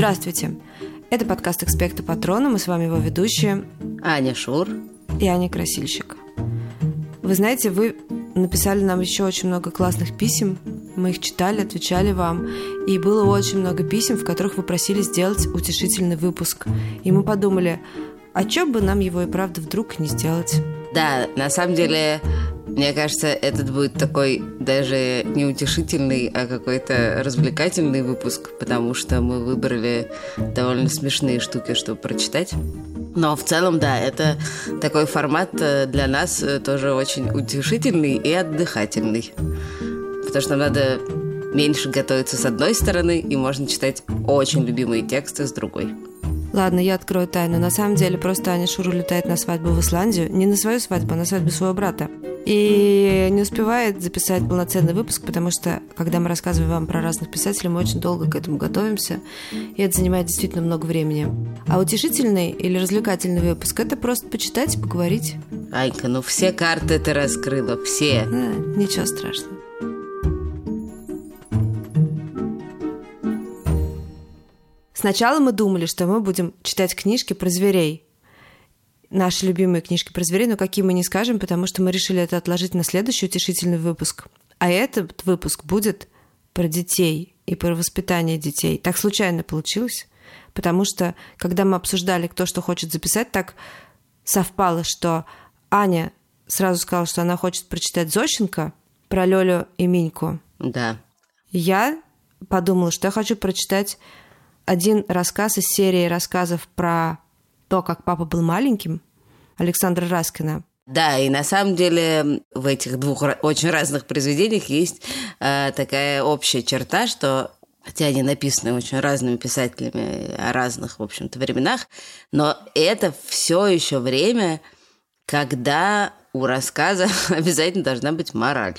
Здравствуйте! Это подкаст «Экспекто Патроно». Мы с вами его ведущие Аня Шур и Аня Красильщик. Вы знаете, вы написали нам еще очень много классных писем. Мы их читали, отвечали вам. И было очень много писем, в которых вы просили сделать утешительный выпуск. И мы подумали, а чё бы нам его и правда вдруг не сделать? Да, на самом деле, мне кажется, этот будет такой даже не утешительный, а какой-то развлекательный выпуск, потому что мы выбрали довольно смешные штуки, чтобы прочитать. Но в целом, да, это такой формат для нас тоже очень утешительный и отдыхательный. Потому что нам надо меньше готовиться с одной стороны, и можно читать очень любимые тексты с другой. Ладно, я открою тайну. На самом деле, просто Аня Шур улетает на свадьбу в Исландию. Не на свою свадьбу, а на свадьбу своего брата. И не успевает записать полноценный выпуск, потому что, когда мы рассказываем вам про разных писателей, мы очень долго к этому готовимся, и это занимает действительно много времени. А утешительный или развлекательный выпуск – это просто почитать и поговорить. Анька, ну все карты ты раскрыла, все. Ничего страшного. Сначала мы думали, что мы будем читать книжки про зверей. Наши любимые книжки про зверей, но какие мы не скажем, потому что мы решили это отложить на следующий утешительный выпуск. А этот выпуск будет про детей и про воспитание детей. Так случайно получилось, потому что, когда мы обсуждали, кто что хочет записать, так совпало, что Аня сразу сказала, что она хочет прочитать Зощенко про Лёлю и Миньку. Да. Я подумала, что я хочу прочитать один рассказ из серии рассказов про то, как папа был маленьким, Александра Раскина. Да, и на самом деле в этих двух очень разных произведениях есть такая общая черта, что, хотя они написаны очень разными писателями о разных, в общем-то, временах, но это все еще время, когда у рассказа обязательно должна быть мораль.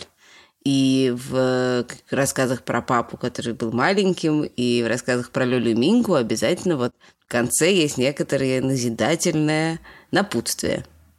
И в рассказах про папу, который был маленьким, и в рассказах про Лёлю и Миньку обязательно вот в конце есть некоторое назидательное напутствие.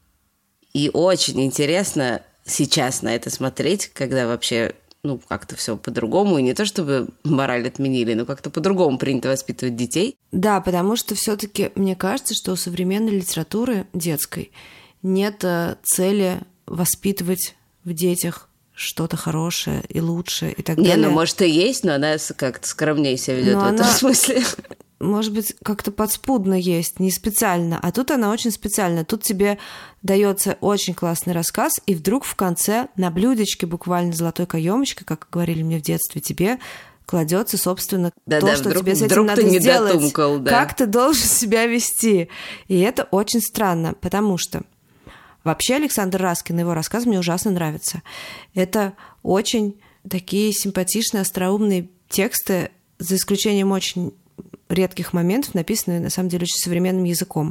И очень интересно сейчас на это смотреть, когда вообще как-то все по-другому, и не то чтобы мораль отменили, но как-то по-другому принято воспитывать детей. Да, потому что все-таки мне кажется, что у современной литературы детской нет цели воспитывать в детях что-то хорошее и лучшее и так далее. Может, и есть, но она как-то скромнее себя ведет в этом смысле. Может быть, как-то подспудно есть, не специально. А тут она очень специальна. Тут тебе дается очень классный рассказ, и вдруг в конце на блюдечке буквально золотой каемочкой, как говорили мне в детстве, тебе кладется, собственно, то, что тебе с этим надо сделать. Как ты должен себя вести. И это очень странно, потому что вообще Александр Раскин и его рассказ мне ужасно нравится. Это очень такие симпатичные, остроумные тексты, за исключением очень редких моментов, написанные, на самом деле, очень современным языком.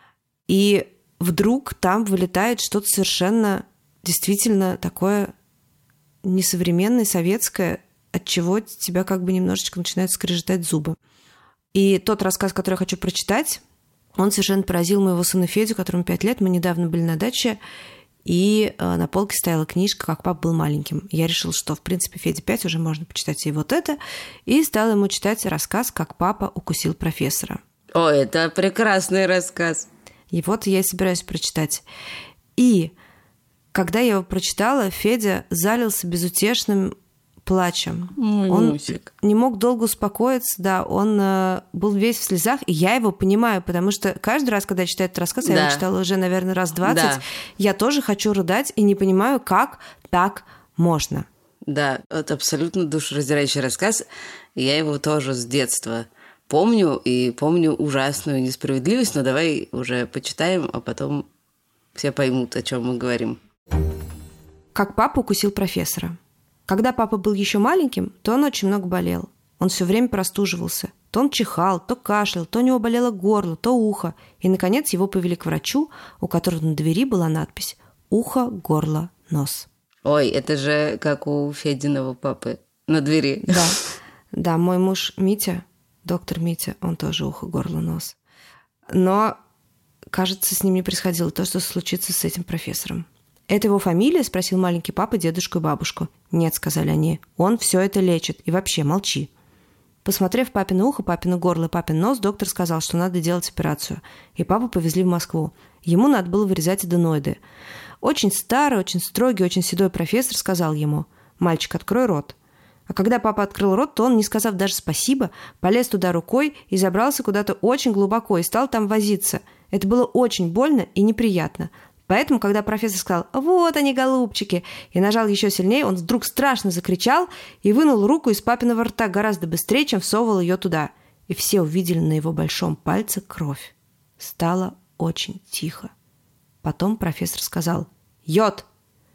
И вдруг там вылетает что-то совершенно действительно такое несовременное, советское, от чего тебя как бы немножечко начинают скрежетать зубы. И тот рассказ, который я хочу прочитать, он совершенно поразил моего сына Федю, которому 5 лет. Мы недавно были на даче, и на полке стояла книжка «Как папа был маленьким». Я решила, что, в принципе, Феде 5, уже можно почитать и вот это. И стала ему читать рассказ «Как папа укусил профессора». О, это прекрасный рассказ. И вот я и собираюсь прочитать. И когда я его прочитала, Федя залился безутешным плачем. Он мусик. Не мог долго успокоиться, да, он был весь в слезах, и я его понимаю, потому что каждый раз, когда я читаю этот рассказ, я его читала уже, наверное, раз 20, я тоже хочу рыдать и не понимаю, как так можно. Да, это абсолютно душераздирающий рассказ, я его тоже с детства помню, и помню ужасную несправедливость, но давай уже почитаем, а потом все поймут, о чем мы говорим. Как папа укусил профессора. Когда папа был еще маленьким, то он очень много болел. Он все время простуживался. То он чихал, то кашлял, то у него болело горло, то ухо. И, наконец, его повели к врачу, у которого на двери была надпись «Ухо, горло, нос». Ой, это же как у Фединого папы на двери. Да, мой муж Митя, доктор Митя, он тоже ухо, горло, нос. Но, кажется, с ним не происходило то, что случится с этим профессором. «Это его фамилия?» – спросил маленький папа дедушку и бабушку. «Нет», – сказали они, – «он все это лечит. И вообще, молчи». Посмотрев папино ухо, папино горло и папин нос, доктор сказал, что надо делать операцию. И папу повезли в Москву. Ему надо было вырезать аденоиды. Очень старый, очень строгий, очень седой профессор сказал ему: «Мальчик, открой рот». А когда папа открыл рот, то он, не сказав даже спасибо, полез туда рукой и забрался куда-то очень глубоко и стал там возиться. Это было очень больно и неприятно. Поэтому, когда профессор сказал «Вот они, голубчики», и нажал еще сильнее, он вдруг страшно закричал и вынул руку из папиного рта гораздо быстрее, чем всовывал ее туда. И все увидели на его большом пальце кровь. Стало очень тихо. Потом профессор сказал «Йод».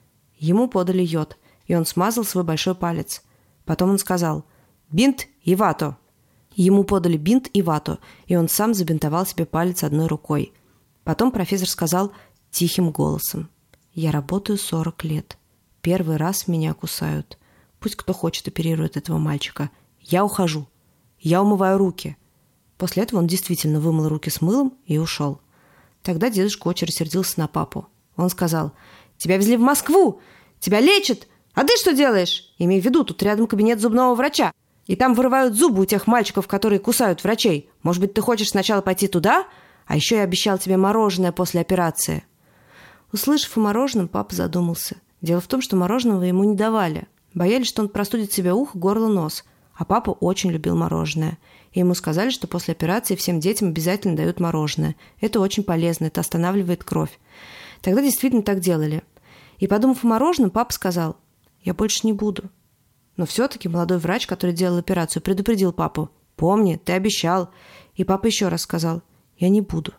Ему подали йод, и он смазал свой большой палец. Потом он сказал «Бинт и вату». Ему подали бинт и вату, и он сам забинтовал себе палец одной рукой. Потом профессор сказал тихим голосом: «Я работаю 40 лет. Первый раз меня кусают. Пусть кто хочет оперирует этого мальчика. Я ухожу. Я умываю руки». После этого он действительно вымыл руки с мылом и ушел. Тогда дедушка очень рассердился на папу. Он сказал: «Тебя везли в Москву! Тебя лечат! А ты что делаешь? Имей в виду, тут рядом кабинет зубного врача. И там вырывают зубы у тех мальчиков, которые кусают врачей. Может быть, ты хочешь сначала пойти туда? А еще я обещал тебе мороженое после операции». Услышав о мороженом, папа задумался. Дело в том, что мороженого ему не давали. Боялись, что он простудит себе ухо, горло, нос. А папа очень любил мороженое. И ему сказали, что после операции всем детям обязательно дают мороженое. Это очень полезно, это останавливает кровь. Тогда действительно так делали. И, подумав о мороженом, папа сказал: «Я больше не буду». Но все-таки молодой врач, который делал операцию, предупредил папу: «Помни, ты обещал». И папа еще раз сказал: «Я не буду».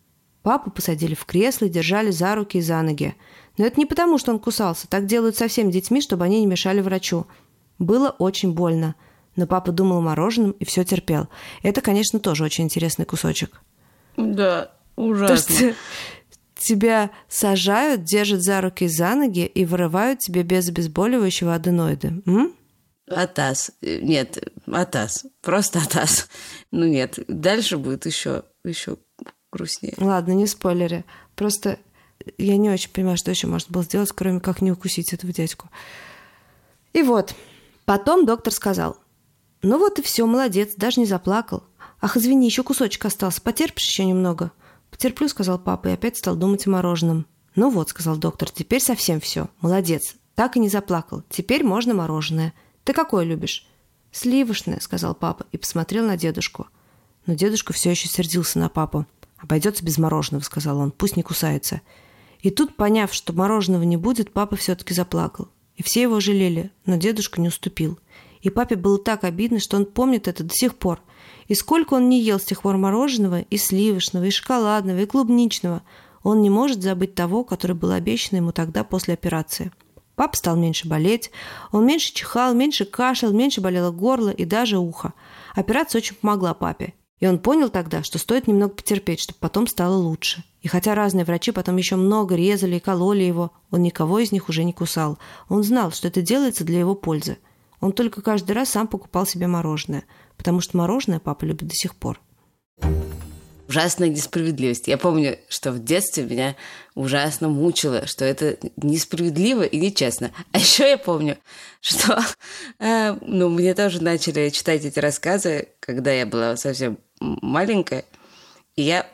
Папу посадили в кресло и держали за руки и за ноги. Но это не потому, что он кусался. Так делают со всеми детьми, чтобы они не мешали врачу. Было очень больно. Но папа думал о мороженом и все терпел. Это, конечно, тоже очень интересный кусочек. Да, ужасно. То, что тебя сажают, держат за руки и за ноги и вырывают тебе без обезболивающего аденоиды. Атас. Нет, атас. Просто атас. Ну нет, дальше будет еще грустнее. Ладно, не спойлери. Просто я не очень понимаю, что еще можно было сделать, кроме как не укусить этого дядьку. И вот. Потом доктор сказал: «Ну вот и все, молодец, даже не заплакал. Ах, извини, еще кусочек остался. Потерпишь еще немного?» «Потерплю», — сказал папа, и опять стал думать о мороженом. «Ну вот», — сказал доктор, — «теперь совсем все. Молодец. Так и не заплакал. Теперь можно мороженое. Ты какое любишь?» «Сливочное», — сказал папа, и посмотрел на дедушку. Но дедушка все еще сердился на папу. «Обойдется без мороженого», — сказал он, — «пусть не кусается». И тут, поняв, что мороженого не будет, папа все-таки заплакал. И все его жалели, но дедушка не уступил. И папе было так обидно, что он помнит это до сих пор. И сколько он не ел с тех пор мороженого, и сливочного, и шоколадного, и клубничного, он не может забыть того, который был обещан ему тогда после операции. Папа стал меньше болеть, он меньше чихал, меньше кашлял, меньше болело горло и даже ухо. Операция очень помогла папе. И он понял тогда, что стоит немного потерпеть, чтобы потом стало лучше. И хотя разные врачи потом еще много резали и кололи его, он никого из них уже не кусал. Он знал, что это делается для его пользы. Он только каждый раз сам покупал себе мороженое, потому что мороженое папа любит до сих пор. Ужасная несправедливость. Я помню, что в детстве меня ужасно мучило, что это несправедливо и нечестно. А еще я помню, что мне тоже начали читать эти рассказы, когда я была совсем маленькая, и я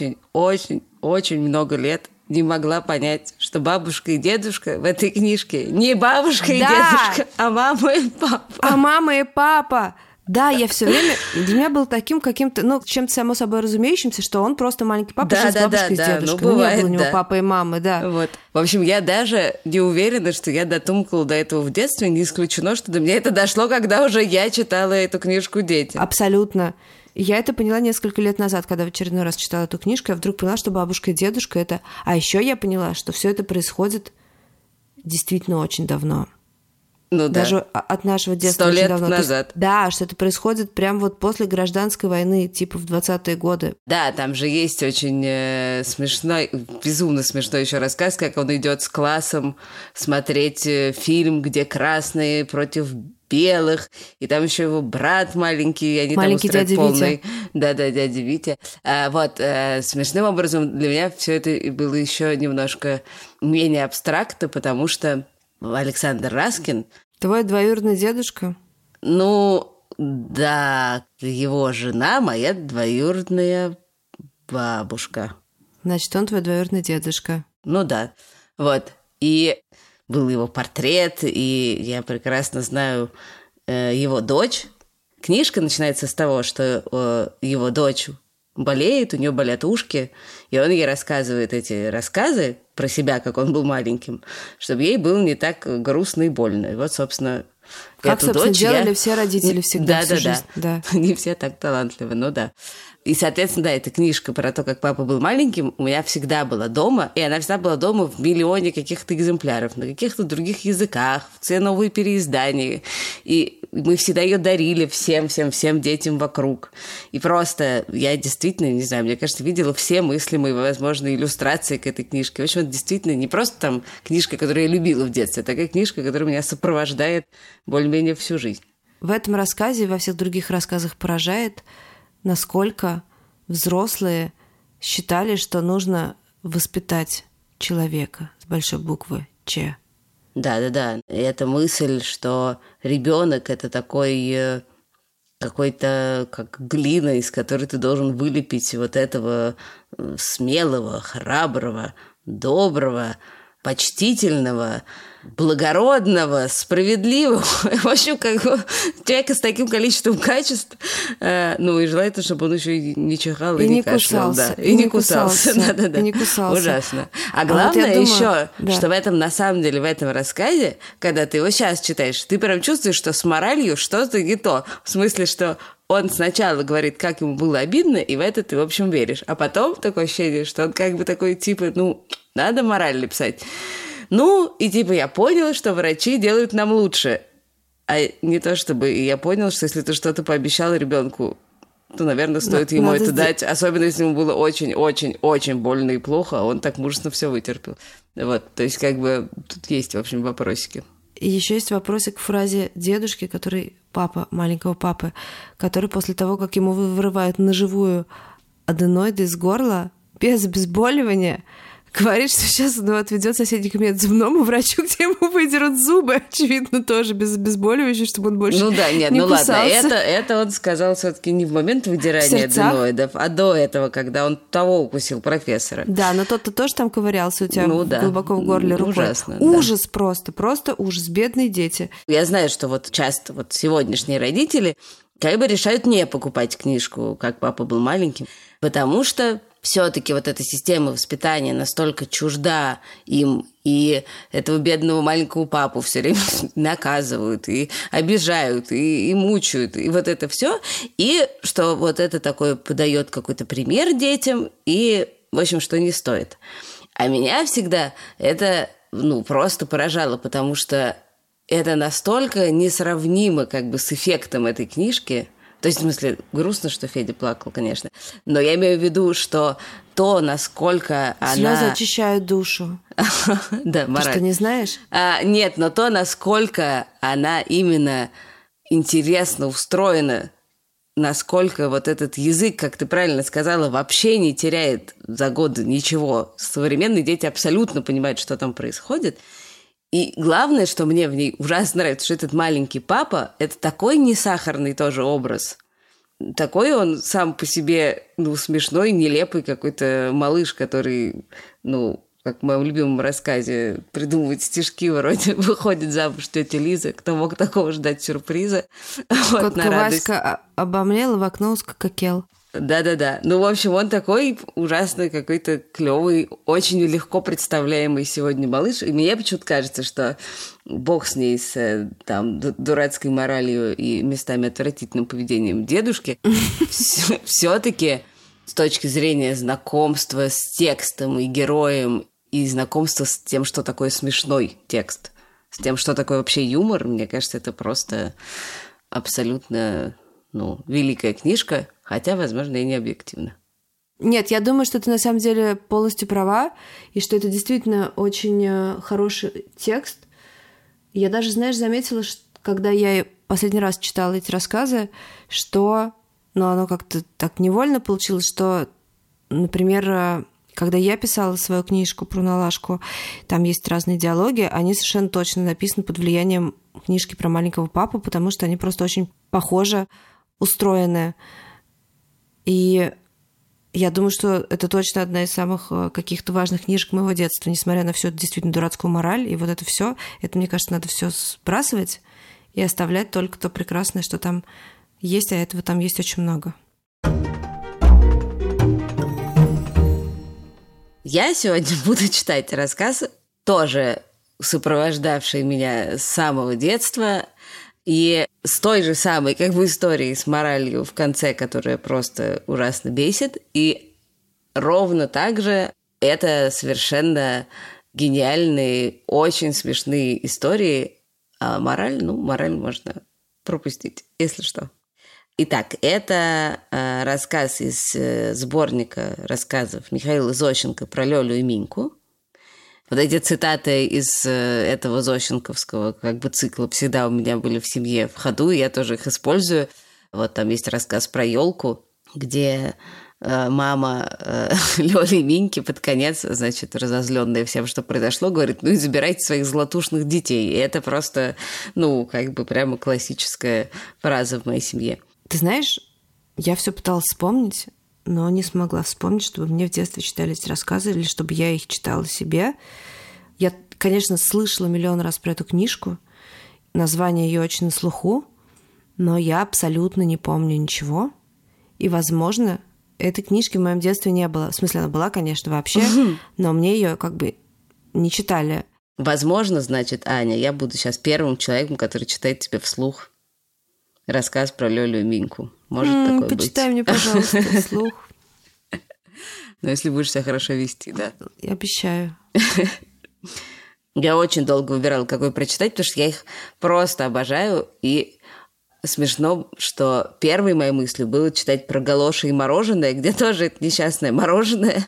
очень много лет не могла понять, что бабушка и дедушка в этой книжке не бабушка и дедушка, а мама и папа. А мама и папа! Да, я все время... Для меня был таким каким-то, чем-то само собой разумеющимся, что он просто маленький папа жил с бабушкой и с дедушкой. Бывает, не было у него папы и мамы, да. Вот. В общем, я даже не уверена, что я дотумкала до этого в детстве. Не исключено, что до меня это дошло, когда уже я читала эту книжку детям. Абсолютно. Я это поняла несколько лет назад, когда в очередной раз читала эту книжку. Я вдруг поняла, что бабушка и дедушка это... А еще я поняла, что все это происходит действительно очень давно. Ну, даже да. От нашего детства 100 очень лет давно. назад. Есть, да, что это происходит прямо вот после гражданской войны, типа в 20-е годы. Да, там же есть очень смешной, безумно смешной еще рассказ, как он идет с классом смотреть фильм, где красные против белых, и там еще его брат маленький, они маленький там устроят полный... Витя. Да, дядя Витя. Смешным образом для меня все это было еще немножко менее абстрактно, потому что Александр Раскин... Твой двоюродный дедушка? Ну, Да, его жена моя двоюродная бабушка. Значит, он твой двоюродный дедушка. Ну да, вот. И был его портрет, и я прекрасно знаю его дочь. Книжка начинается с того, что его дочь болеет, у нее болят ушки, и он ей рассказывает эти рассказы про себя, как он был маленьким, чтобы ей было не так грустно и больно. И вот, собственно, как, эту собственно, дочь делали все родители всегда всю жизнь. Да. Не все так талантливы, но да. И, соответственно, да, эта книжка про то, как папа был маленьким, у меня всегда была дома, и она всегда была дома в миллионе каких-то экземпляров, на каких-то других языках, все новые переиздания. И мы всегда ее дарили всем детям вокруг. И просто я действительно, не знаю, мне кажется, видела все мыслимые возможные иллюстрации к этой книжке. В общем, это действительно не просто там книжка, которую я любила в детстве, а такая книжка, которая меня сопровождает более-менее всю жизнь. В этом рассказе и во всех других рассказах поражает, насколько взрослые считали, что нужно воспитать человека с большой буквы «Ч». Да. Это мысль, что ребенок это такой какой-то как глина, из которой ты должен вылепить вот этого смелого, храброго, доброго, почтительного, благородного, справедливого, в общем, как человека с таким количеством качеств, ну, и желательно, чтобы он еще и не чихал и не кашлял. Да. И не кусался. Да. И не кусался. Ужасно. А главное вот еще, да. что в этом, на самом деле, в этом рассказе, когда ты его сейчас читаешь, ты прям чувствуешь, что с моралью что-то не то. В смысле, что он сначала говорит, как ему было обидно, и в это ты, в общем, веришь. А потом такое ощущение, что он как бы такой, типа, ну, надо морально писать. Ну, и типа я понял, что врачи делают нам лучше. А не то чтобы я понял, что если ты что-то пообещал ребенку, то, наверное, стоит ему это дать. Особенно, если ему было очень-очень-очень больно и плохо, а он так мужественно все вытерпел. Вот, то есть как бы тут есть, в общем, вопросики. И еще есть вопросик к фразе дедушки, который папа, маленького папы, который после того, как ему вырывают ножевую аденоиды из горла, без обезболивания, говорит, что сейчас он его отведет в соседний кабинет к зубному врачу, где ему выдерут зубы, очевидно, тоже без обезболивающего, чтобы он больше не кусался. Ладно, это он сказал все-таки не в момент выдирания аденоидов, а до этого, когда он того укусил профессора. Да, но тот-то тоже там ковырялся у тебя глубоко в горле рукой. Ужасно. Ужас просто ужас, бедные дети. Я знаю, что вот часто вот сегодняшние родители как бы решают не покупать книжку «Как папа был маленьким», потому что все-таки вот эта система воспитания настолько чужда им, и этого бедного маленького папу все время наказывают, и обижают, и мучают, и вот это все, и что вот это такое подает какой-то пример детям, и, в общем, что не стоит. А меня всегда это, просто поражало, потому что это настолько несравнимо как бы с эффектом этой книжки. То есть, в смысле, грустно, что Федя плакал, конечно. Но я имею в виду, что то, насколько она... Слезы очищают душу. Да, мораль. Ты что, не знаешь? Нет, но то, насколько она именно интересно устроена, насколько вот этот язык, как ты правильно сказала, вообще не теряет за годы ничего. Современные дети абсолютно понимают, что там происходит. И главное, что мне в ней ужасно нравится, что этот маленький папа – это такой несахарный тоже образ. Такой он сам по себе, смешной, нелепый какой-то малыш, который, как в моем любимом рассказе, придумывает стишки вроде «Выходит замуж тетя Лиза». Кто мог такого ждать сюрприза? Котка Васька обомлела, в окно ускакал. Да. В общем, он такой ужасный, какой-то клевый, очень легко представляемый сегодня малыш. И мне почему-то кажется, что бог с ней, с дурацкой моралью и местами отвратительным поведением дедушки, все-таки с точки зрения знакомства с текстом и героем, и знакомства с тем, что такое смешной текст, с тем, что такое вообще юмор, мне кажется, это просто абсолютно, великая книжка, хотя, возможно, и не объективно. Нет, я думаю, что ты на самом деле полностью права, и что это действительно очень хороший текст. Я даже, заметила, что, когда я последний раз читала эти рассказы, что, оно как-то так невольно получилось, что, например, когда я писала свою книжку про Налашку, там есть разные диалоги, они совершенно точно написаны под влиянием книжки про маленького папу, потому что они просто очень похоже устроены. И я думаю, что это точно одна из самых каких-то важных книжек моего детства, несмотря на всю эту действительно дурацкую мораль. И вот это все, это, мне кажется, надо все сбрасывать и оставлять только то прекрасное, что там есть, а этого там есть очень много. Я сегодня буду читать рассказ, тоже сопровождавший меня с самого детства, и с той же самой как бы историей с моралью в конце, которая просто ужасно бесит. И ровно так же это совершенно гениальные, очень смешные истории. А мораль можно пропустить, если что. Итак, это рассказ из сборника рассказов Михаила Зощенко про Лёлю и Миньку. Вот эти цитаты из этого зощенковского как бы цикла всегда у меня были в семье в ходу, и я тоже их использую. Вот там есть рассказ про елку, где мама Лёли и Миньки под конец, значит, разозленная всем, что произошло, говорит: ну и забирайте своих золотушных детей. И это просто, как бы прямо классическая фраза в моей семье. Ты знаешь, я все пыталась вспомнить, но не смогла вспомнить, чтобы мне в детстве читали эти рассказы или чтобы я их читала себе. Я, конечно, слышала миллион раз про эту книжку, название ее очень на слуху, но я абсолютно не помню ничего. И, возможно, этой книжки в моем детстве не было. В смысле, она была, конечно, вообще, но мне ее как бы не читали. Возможно, значит, Аня, я буду сейчас первым человеком, который читает тебе вслух рассказ про Лёлю и Миньку. Может такое быть? Почитай мне, пожалуйста, вслух. Ну, если будешь себя хорошо вести, да? Я обещаю. Я очень долго выбирала, какой прочитать, потому что я их просто обожаю. И смешно, что первой моей мыслью было читать про галоши и мороженое, где тоже это несчастное мороженое,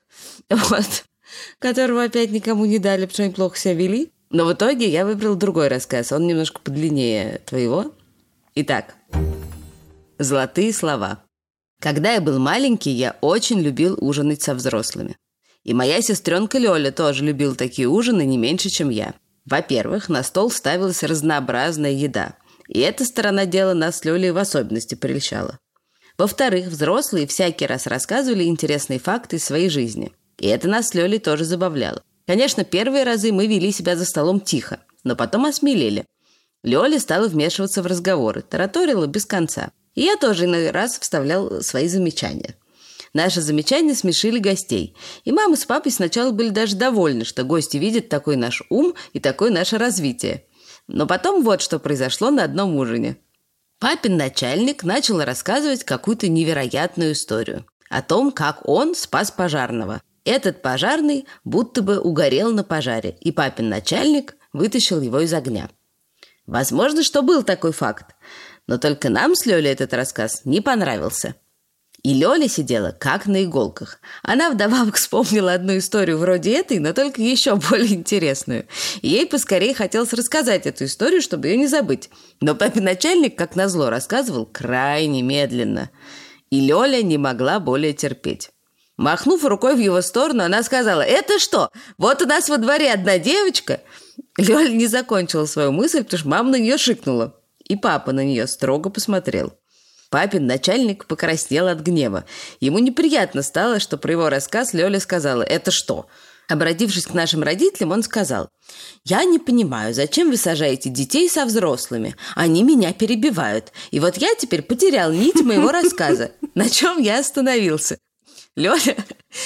которого опять никому не дали, потому что они плохо себя вели. Но в итоге я выбрала другой рассказ. Он немножко подлиннее твоего. Итак, «Золотые слова». Когда я был маленький, я очень любил ужинать со взрослыми. И моя сестренка Лёля тоже любила такие ужины не меньше, чем я. Во-первых, на стол ставилась разнообразная еда. И эта сторона дела нас с Лёлей в особенности прельщала. Во-вторых, взрослые всякий раз рассказывали интересные факты из своей жизни. И это нас с Лёлей тоже забавляло. Конечно, первые разы мы вели себя за столом тихо, но потом осмелели. Лёля стала вмешиваться в разговоры, тараторила без конца. И я тоже иной раз вставлял свои замечания. Наши замечания смешили гостей. И мама с папой сначала были даже довольны, что гости видят такой наш ум и такое наше развитие. Но потом вот что произошло на одном ужине. Папин начальник начал рассказывать какую-то невероятную историю о том, как он спас пожарного. Этот пожарный будто бы угорел на пожаре, и папин начальник вытащил его из огня. Возможно, что был такой факт, но только нам с Лёлей этот рассказ не понравился. И Лёля сидела как на иголках. Она вдобавок вспомнила одну историю вроде этой, но только еще более интересную. И ей поскорее хотелось рассказать эту историю, чтобы ее не забыть. Но папин начальник, как назло, рассказывал крайне медленно. И Лёля не могла более терпеть. Махнув рукой в его сторону, она сказала: «Это что? Вот у нас во дворе одна девочка». Лёля не закончила свою мысль, потому что мама на нее шикнула. И папа на нее строго посмотрел. Папин начальник покраснел от гнева. Ему неприятно стало, что про его рассказ Лёля сказала: «Это что?». Обратившись к нашим родителям, он сказал: «Я не понимаю, зачем вы сажаете детей со взрослыми? Они меня перебивают. И вот я теперь потерял нить моего рассказа. На чем я остановился?» Лёля,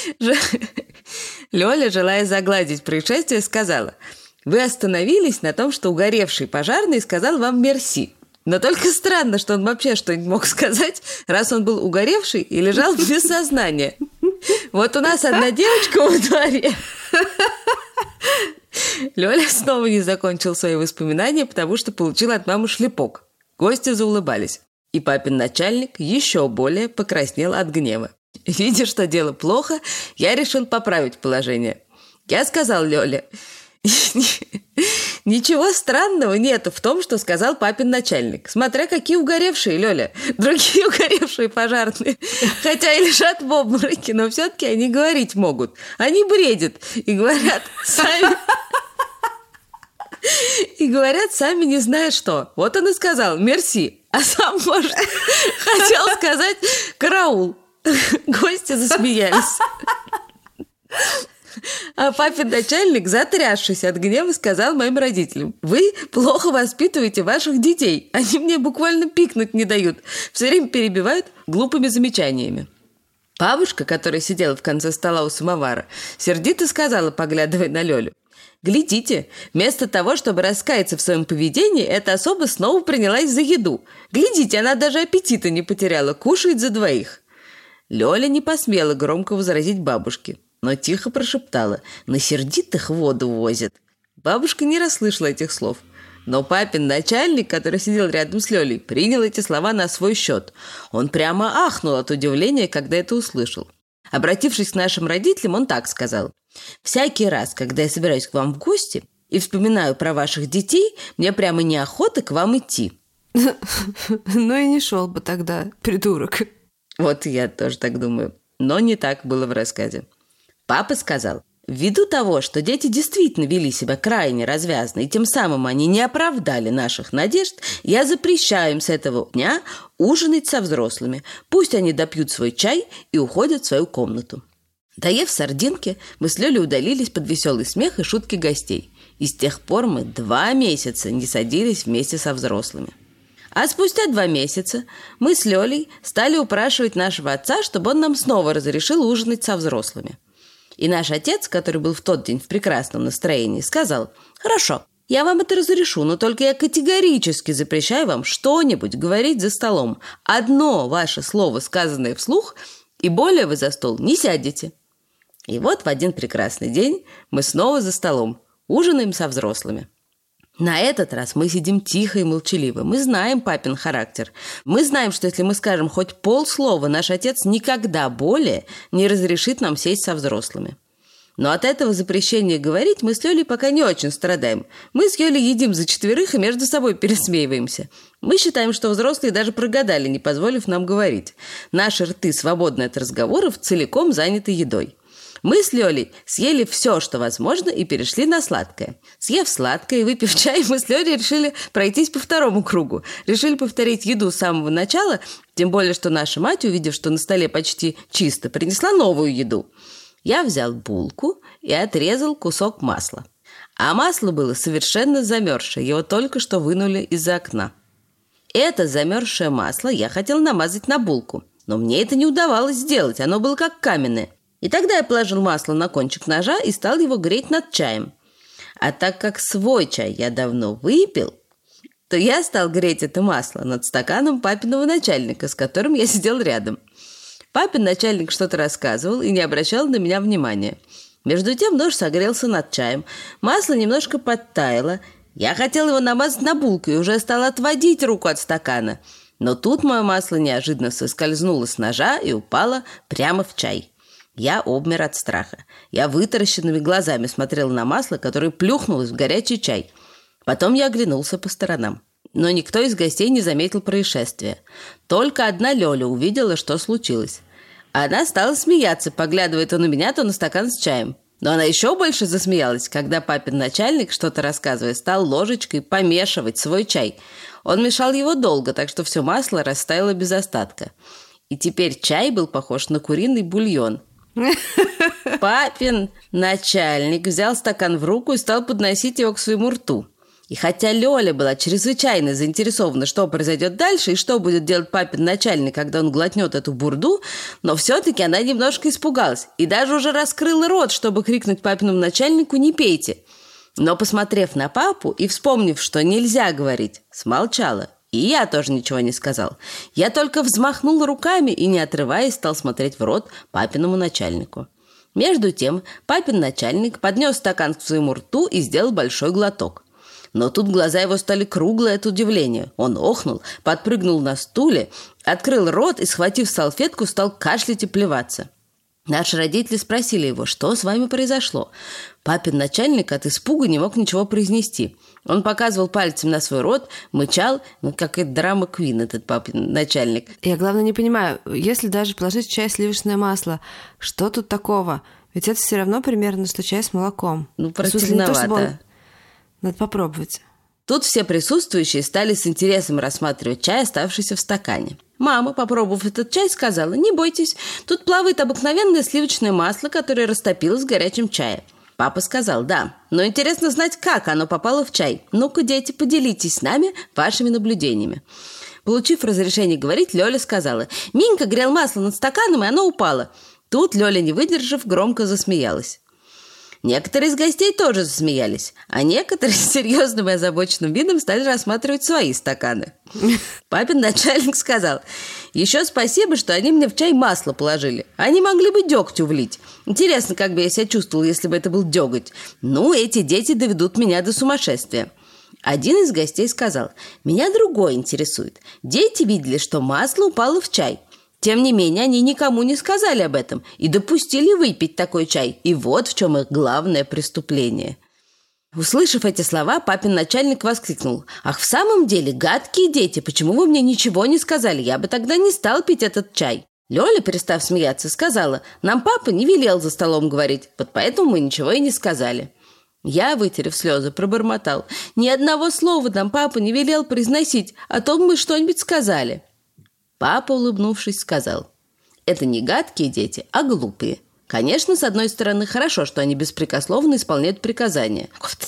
желая загладить происшествие, сказала: «Вы остановились на том, что угоревший пожарный сказал вам мерси. Но только странно, что он вообще что-нибудь мог сказать, раз он был угоревший и лежал без сознания. Вот у нас одна девочка во дворе». Лёля снова не закончил свои воспоминания, потому что получила от мамы шлепок. Гости заулыбались. И папин начальник еще более покраснел от гнева. Видя, что дело плохо, я решил поправить положение. Я сказал Лёле: «Ничего странного нету в том, что сказал папин начальник. Смотря какие угоревшие, Лёля. Другие угоревшие пожарные, хотя и лежат в обмороке, но все-таки они говорить могут. Они бредят и говорят сами И говорят, сами не зная что. Вот он и сказал «мерси», а сам, может, хотел сказать «караул». Гости засмеялись. А папин начальник, затрясшись от гнева, сказал моим родителям: «Вы плохо воспитываете ваших детей. Они мне буквально пикнуть не дают. Все время перебивают глупыми замечаниями». Бабушка, которая сидела в конце стола у самовара, сердито сказала, поглядывая на Лёлю: «Глядите, вместо того, чтобы раскаяться в своем поведении, эта особа снова принялась за еду. Глядите, она даже аппетита не потеряла, кушает за двоих». Лёля не посмела громко возразить бабушке, но тихо прошептала: «На сердитых воду возят». Бабушка не расслышала этих слов. Но папин начальник, который сидел рядом с Лёлей, принял эти слова на свой счет. Он прямо ахнул от удивления, когда это услышал. Обратившись к нашим родителям, он так сказал: «Всякий раз, когда я собираюсь к вам в гости и вспоминаю про ваших детей, мне прямо неохота к вам идти». Ну и не шел бы тогда, придурок. Вот я тоже так думаю. Но не так было в рассказе. Папа сказал: «Ввиду того, что дети действительно вели себя крайне развязно, и тем самым они не оправдали наших надежд, я запрещаю им с этого дня ужинать со взрослыми. Пусть они допьют свой чай и уходят в свою комнату». Доев сардинки, мы с Лёлей удалились под веселый смех и шутки гостей. И с тех пор мы 2 месяца не садились вместе со взрослыми. А спустя 2 месяца мы с Лёлей стали упрашивать нашего отца, чтобы он нам снова разрешил ужинать со взрослыми. И наш отец, который был в тот день в прекрасном настроении, сказал: «Хорошо, я вам это разрешу, но только я категорически запрещаю вам что-нибудь говорить за столом. Одно ваше слово, сказанное вслух, и более вы за стол не сядете». И вот в один прекрасный день мы снова за столом, ужинаем со взрослыми. На этот раз мы сидим тихо и молчаливо. Мы знаем папин характер. Мы знаем, что если мы скажем хоть полслова, наш отец никогда более не разрешит нам сесть со взрослыми. Но от этого запрещения говорить мы с Лёлей пока не очень страдаем. Мы с Лёлей едим за 4 и между собой пересмеиваемся. Мы считаем, что взрослые даже прогадали, не позволив нам говорить. Наши рты, свободные от разговоров, целиком заняты едой. Мы с Лёлей съели все, что возможно, и перешли на сладкое. Съев сладкое и выпив чай, мы с Лёлей решили пройтись по 2-му кругу. Решили повторить еду с самого начала, тем более, что наша мать, увидев, что на столе почти чисто, принесла новую еду. Я взял булку и отрезал кусок масла. А масло было совершенно замерзшее, его только что вынули из-за окна. Это замерзшее масло я хотел намазать на булку, но мне это не удавалось сделать, оно было как каменное. И тогда я положил масло на кончик ножа и стал его греть над чаем. А так как свой чай я давно выпил, то я стал греть это масло над стаканом папиного начальника, с которым я сидел рядом. Папин начальник что-то рассказывал и не обращал на меня внимания. Между тем нож согрелся над чаем, масло немножко подтаяло. Я хотел его намазать на булку и уже стал отводить руку от стакана. Но тут мое масло неожиданно соскользнуло с ножа и упало прямо в чай. Я обмер от страха. Я вытаращенными глазами смотрел на масло, которое плюхнулось в горячий чай. Потом я оглянулся по сторонам. Но никто из гостей не заметил происшествия. Только одна Лёля увидела, что случилось. Она стала смеяться, поглядывая то на меня, то на стакан с чаем. Но она еще больше засмеялась, когда папин начальник, что-то рассказывая, стал ложечкой помешивать свой чай. Он мешал его долго, так что все масло растаяло без остатка. И теперь чай был похож на куриный бульон. Папин начальник взял стакан в руку и стал подносить его к своему рту. И хотя Лёля была чрезвычайно заинтересована, что произойдет дальше и что будет делать папин начальник, когда он глотнет эту бурду, но все-таки она немножко испугалась и даже уже раскрыла рот, чтобы крикнуть папиному начальнику «не пейте». Но, посмотрев на папу и вспомнив, что нельзя говорить, смолчала. И я тоже ничего не сказал. Я только взмахнул руками и, не отрываясь, стал смотреть в рот папиному начальнику. Между тем папин начальник поднес стакан к своему рту и сделал большой глоток. Но тут глаза его стали круглые от удивления. Он охнул, подпрыгнул на стуле, открыл рот и, схватив салфетку, стал кашлять и плеваться. Наши родители спросили его, что с вами произошло. Папин начальник от испуга не мог ничего произнести. Он показывал пальцем на свой рот, мычал, как драма Квин, этот папин начальник. Я, главное, не понимаю, если даже положить в чай сливочное масло, что тут такого? Ведь это все равно примерно, что чай с молоком. Противновато. Надо попробовать. Тут все присутствующие стали с интересом рассматривать чай, оставшийся в стакане. Мама, попробовав этот чай, сказала: «Не бойтесь, тут плавает обыкновенное сливочное масло, которое растопилось в горячем чае». Папа сказал: «Да, но интересно знать, как оно попало в чай. Ну-ка, дети, поделитесь с нами вашими наблюдениями». Получив разрешение говорить, Лёля сказала: «Минька грел масло над стаканом, и оно упало». Тут Лёля, не выдержав, громко засмеялась. Некоторые из гостей тоже засмеялись, а некоторые с серьезным и озабоченным видом стали рассматривать свои стаканы. Папин начальник сказал: «Еще спасибо, что они мне в чай масло положили. Они могли бы дегтю влить. Интересно, как бы я себя чувствовал, если бы это был деготь. Ну, эти дети доведут меня до сумасшествия». Один из гостей сказал: «Меня другое интересует. Дети видели, что масло упало в чай. Тем не менее, они никому не сказали об этом и допустили выпить такой чай. И вот в чем их главное преступление». Услышав эти слова, папин начальник воскликнул: «Ах, в самом деле, гадкие дети, почему вы мне ничего не сказали? Я бы тогда не стал пить этот чай». Лёля, перестав смеяться, сказала: «Нам папа не велел за столом говорить, вот поэтому мы ничего и не сказали». Я, вытерев слезы, пробормотал: «Ни одного слова нам папа не велел произносить, а то мы что-нибудь сказали». Папа, улыбнувшись, сказал: «Это не гадкие дети, а глупые. Конечно, с одной стороны, хорошо, что они беспрекословно исполняют приказания.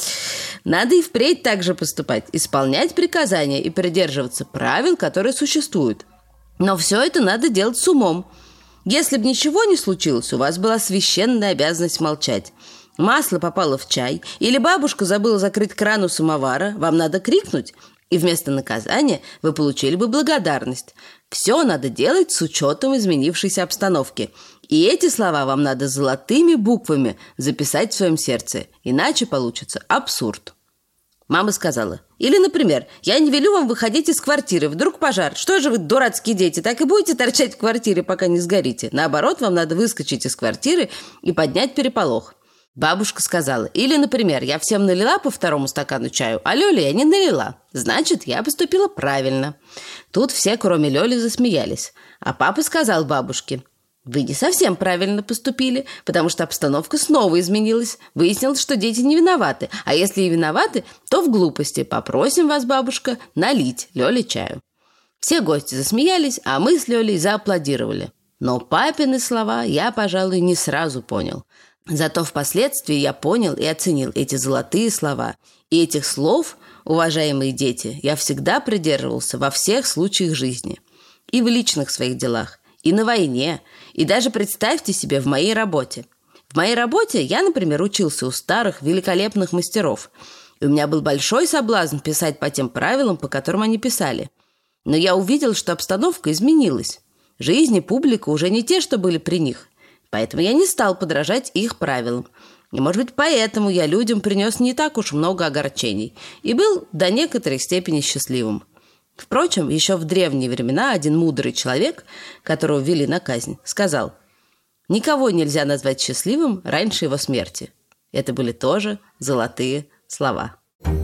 Надо и впредь так же поступать, исполнять приказания и придерживаться правил, которые существуют. Но все это надо делать с умом. Если бы ничего не случилось, у вас была священная обязанность молчать. Масло попало в чай, или бабушка забыла закрыть кран у самовара, вам надо крикнуть, и вместо наказания вы получили бы благодарность. Все надо делать с учетом изменившейся обстановки. И эти слова вам надо золотыми буквами записать в своем сердце, иначе получится абсурд». Мама сказала: «Или, например, я не велю вам выходить из квартиры, вдруг пожар. Что же вы, дурацкие дети, так и будете торчать в квартире, пока не сгорите? Наоборот, вам надо выскочить из квартиры и поднять переполох». Бабушка сказала: «Или, например, я всем налила по 2 стакану чаю, а Лёле я не налила. Значит, я поступила правильно». Тут все, кроме Лёли, засмеялись. А папа сказал бабушке: «Вы не совсем правильно поступили, потому что обстановка снова изменилась. Выяснилось, что дети не виноваты. А если и виноваты, то в глупости. Попросим вас, бабушка, налить Лёле чаю». Все гости засмеялись, а мы с Лёлей зааплодировали. Но папины слова я, пожалуй, не сразу понял. Зато впоследствии я понял и оценил эти золотые слова. И этих слов, уважаемые дети, я всегда придерживался во всех случаях жизни. И в личных своих делах, и на войне, и даже, представьте себе, в моей работе. В моей работе я, например, учился у старых великолепных мастеров. И у меня был большой соблазн писать по тем правилам, по которым они писали. Но я увидел, что обстановка изменилась. Жизнь и публика уже не те, что были при них. Поэтому я не стал подражать их правилам. И, может быть, поэтому я людям принес не так уж много огорчений и был до некоторой степени счастливым. Впрочем, еще в древние времена один мудрый человек, которого ввели на казнь, сказал: «Никого нельзя назвать счастливым раньше его смерти». Это были тоже золотые слова.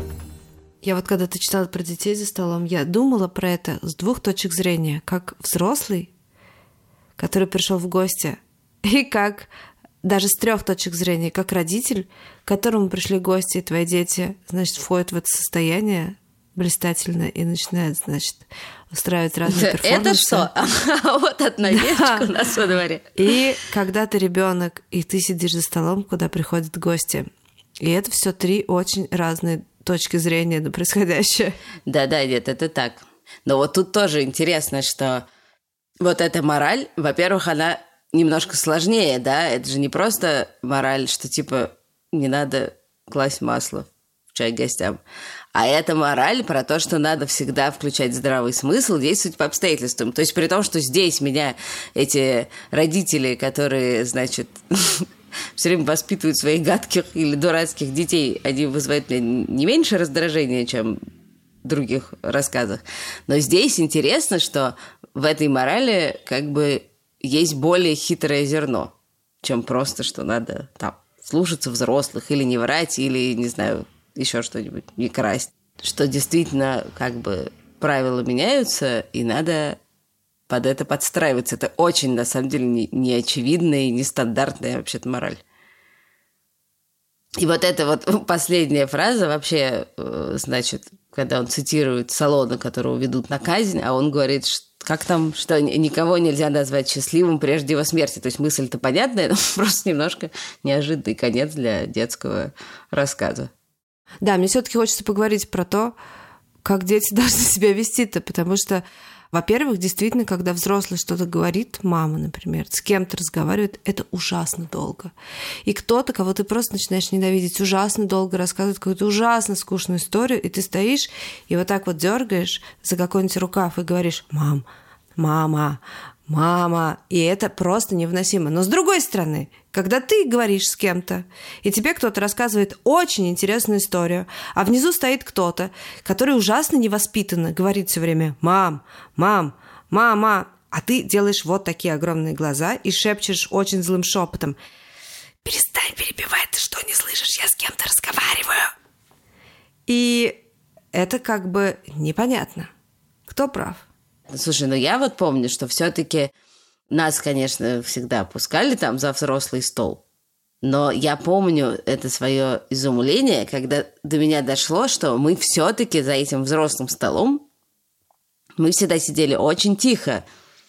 Я вот когда-то читала про детей за столом, я думала про это с 2 точек зрения. Как взрослый, который пришел в гости, и как даже с 3 точек зрения, как родитель, к которому пришли гости, и твои дети, значит, входят в это состояние блистательно и начинают, значит, устраивать разные перформансы. Это что? А вот одна вещь у нас во дворе. И когда ты ребенок, и ты сидишь за столом, куда приходят гости. И это все 3 очень разные точки зрения на происходящее. Да, нет, это так. Но вот тут тоже интересно, что вот эта мораль, во-первых, она немножко сложнее, да? Это же не просто мораль, что типа не надо класть масло в чай гостям. А это мораль про то, что надо всегда включать здравый смысл, действовать по обстоятельствам. То есть при том, что здесь меня эти родители, которые, значит, все время воспитывают своих гадких или дурацких детей, они вызывают меня не меньше раздражения, чем в других рассказах. Но здесь интересно, что в этой морали как бы есть более хитрое зерно, чем просто, что надо там слушаться взрослых или не врать, или, не знаю, еще что-нибудь, не красть. Что действительно как бы правила меняются, и надо под это подстраиваться. Это очень, на самом деле, неочевидная и нестандартная вообще-то мораль. И вот эта вот последняя фраза вообще, значит, когда он цитирует Солона, которого ведут на казнь, а он говорит, как там, что никого нельзя назвать счастливым прежде его смерти. То есть мысль-то понятная, но просто немножко неожиданный конец для детского рассказа. Да, мне все-таки хочется поговорить про то, как дети должны себя вести-то, потому что, во-первых, действительно, когда взрослый что-то говорит, мама, например, с кем-то разговаривает, это ужасно долго. И кто-то, кого ты просто начинаешь ненавидеть, ужасно долго рассказывает какую-то ужасно скучную историю, и ты стоишь и вот так вот дергаешь за какой-нибудь рукав и говоришь: «Мам, мама, мама», и это просто невыносимо. Но с другой стороны, когда ты говоришь с кем-то, и тебе кто-то рассказывает очень интересную историю, а внизу стоит кто-то, который ужасно невоспитанно говорит все время: «Мам, мам, мама», а ты делаешь вот такие огромные глаза и шепчешь очень злым шепотом: «Перестань перебивать, ты что, не слышишь? Я с кем-то разговариваю». И это как бы непонятно. Кто прав? Слушай, ну я вот помню, что все-таки нас, конечно, всегда пускали там за взрослый стол. Но я помню это свое изумление, когда до меня дошло, что мы все-таки за этим взрослым столом мы всегда сидели очень тихо.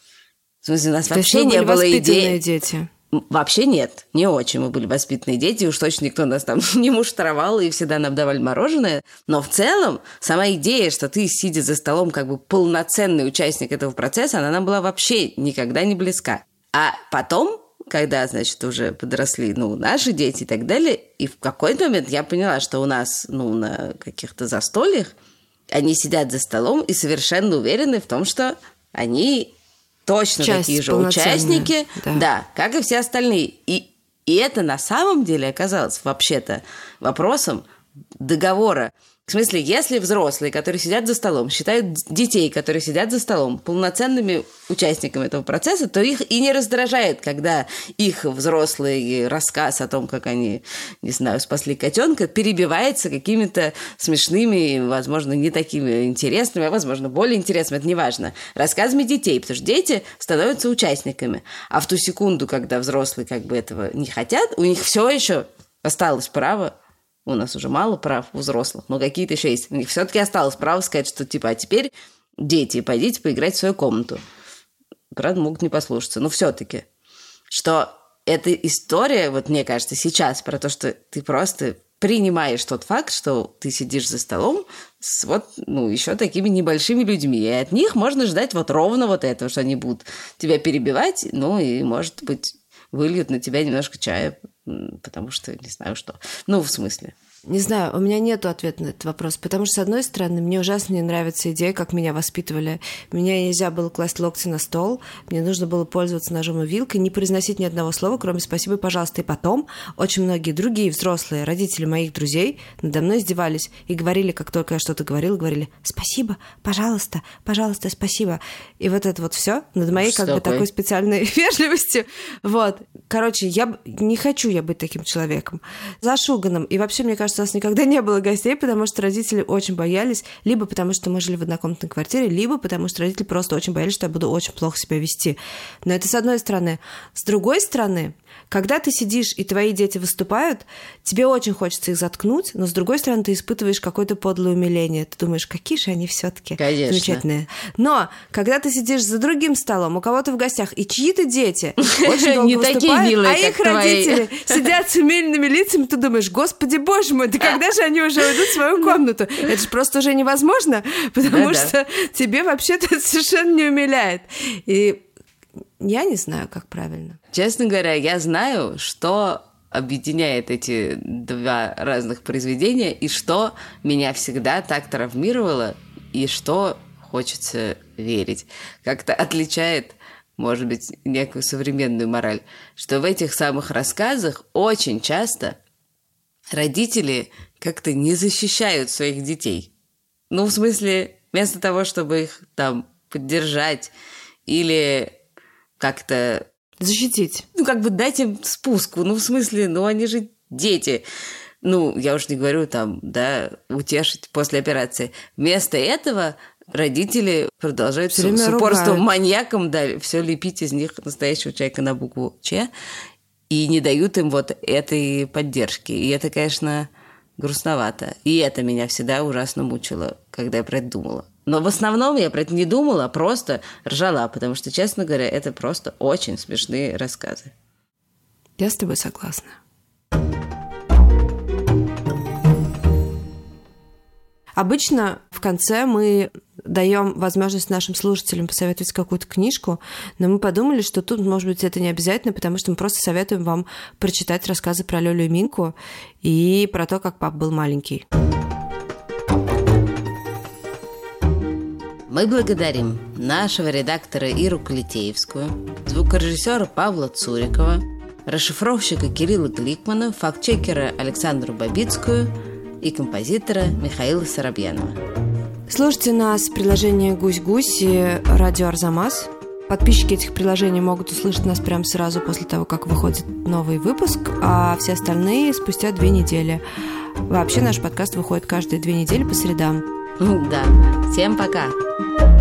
В смысле, у нас вообще не было идеи. Дети. Вообще нет, не очень мы были воспитанные дети, уж точно никто нас там не муштровал и всегда нам давали мороженое. Но в целом сама идея, что ты, сидя за столом, как бы полноценный участник этого процесса, она нам была вообще никогда не близка. А потом, когда, значит, уже подросли, наши дети и так далее, и в какой-то момент я поняла, что у нас, на каких-то застольях они сидят за столом и совершенно уверены в том, что они точно такие же участники, да, как и все остальные. И это на самом деле оказалось вообще-то вопросом договора. В смысле, если взрослые, которые сидят за столом, считают детей, которые сидят за столом, полноценными участниками этого процесса, то их и не раздражает, когда их взрослый рассказ о том, как они, не знаю, спасли котенка, перебивается какими-то смешными, возможно, не такими интересными, а, возможно, более интересными, это неважно, рассказами детей, потому что дети становятся участниками. А в ту секунду, когда взрослые как бы этого не хотят, у них все еще осталось право. У нас уже мало прав у взрослых, но какие-то еще есть. У них все-таки осталось право сказать, что типа, а теперь дети, пойдите поиграть в свою комнату. Правда, могут не послушаться, но все-таки. Что эта история, вот мне кажется, сейчас про то, что ты просто принимаешь тот факт, что ты сидишь за столом с еще такими небольшими людьми, и от них можно ждать вот ровно вот этого, что они будут тебя перебивать, и, может быть, выльют на тебя немножко чая, потому что не знаю что. В смысле. Не знаю, у меня нет ответа на этот вопрос, потому что, с одной стороны, мне ужасно не нравится идея, как меня воспитывали. Меня нельзя было класть локти на стол, мне нужно было пользоваться ножом и вилкой, не произносить ни одного слова, кроме «спасибо» и «пожалуйста». И потом очень многие другие взрослые, родители моих друзей, надо мной издевались и говорили, как только я что-то говорила, говорили: «Спасибо, пожалуйста, пожалуйста, спасибо». И вот это вот все над моей такой специальной вежливостью. Короче, не хочу я быть таким человеком. Зашуганным. И вообще, мне кажется, у нас никогда не было гостей, потому что родители очень боялись, либо потому что мы жили в однокомнатной квартире, либо потому что родители просто очень боялись, что я буду очень плохо себя вести. Но это с одной стороны. С другой стороны, когда ты сидишь и твои дети выступают, тебе очень хочется их заткнуть, но с другой стороны ты испытываешь какое-то подлое умиление. Ты думаешь, какие же они все-таки замечательные. Но когда ты сидишь за другим столом, у кого-то в гостях, и чьи-то дети очень долго выступают, а их родители сидят с умиленными лицами, ты думаешь: «Господи, боже мой, да когда же они уже уйдут в свою комнату?» Это же просто уже невозможно, потому что тебе вообще-то это совершенно не умиляет. И я не знаю, как правильно. Честно говоря, я знаю, что объединяет эти два разных произведения, и что меня всегда так травмировало, и что хочется верить. Как-то отличает, может быть, некую современную мораль, что в этих самых рассказах очень часто родители как-то не защищают своих детей. В смысле, вместо того, чтобы их там поддержать или как-то защитить. Дать им спуску. В смысле, они же дети. Я уж не говорю утешить после операции. Вместо этого родители продолжают с упорством маньяком все лепить из них настоящего человека на букву «Ч». и не дают им вот этой поддержки. И это, конечно, грустновато. И это меня всегда ужасно мучило, когда я про это думала. Но в основном я про это не думала, а просто ржала, потому что, честно говоря, это просто очень смешные рассказы. Я с тобой согласна. Обычно в конце мы даем возможность нашим слушателям посоветовать какую-то книжку, но мы подумали, что тут, может быть, это не обязательно, потому что мы просто советуем вам прочитать рассказы про Лёлю и Минку и про то, как папа был маленький. Мы благодарим нашего редактора Иру Калитеевскую, звукорежиссера Павла Цурикова, расшифровщика Кирилла Гликмана, фактчекера Александру Бабицкую и композитора Михаила Соробьянова. Слушайте нас в приложении «Гусь-Гусь» и «Радио Арзамас». Подписчики этих приложений могут услышать нас прямо сразу после того, как выходит новый выпуск, а все остальные спустя 2 недели. Вообще наш подкаст выходит каждые 2 недели по средам. Да. Всем пока!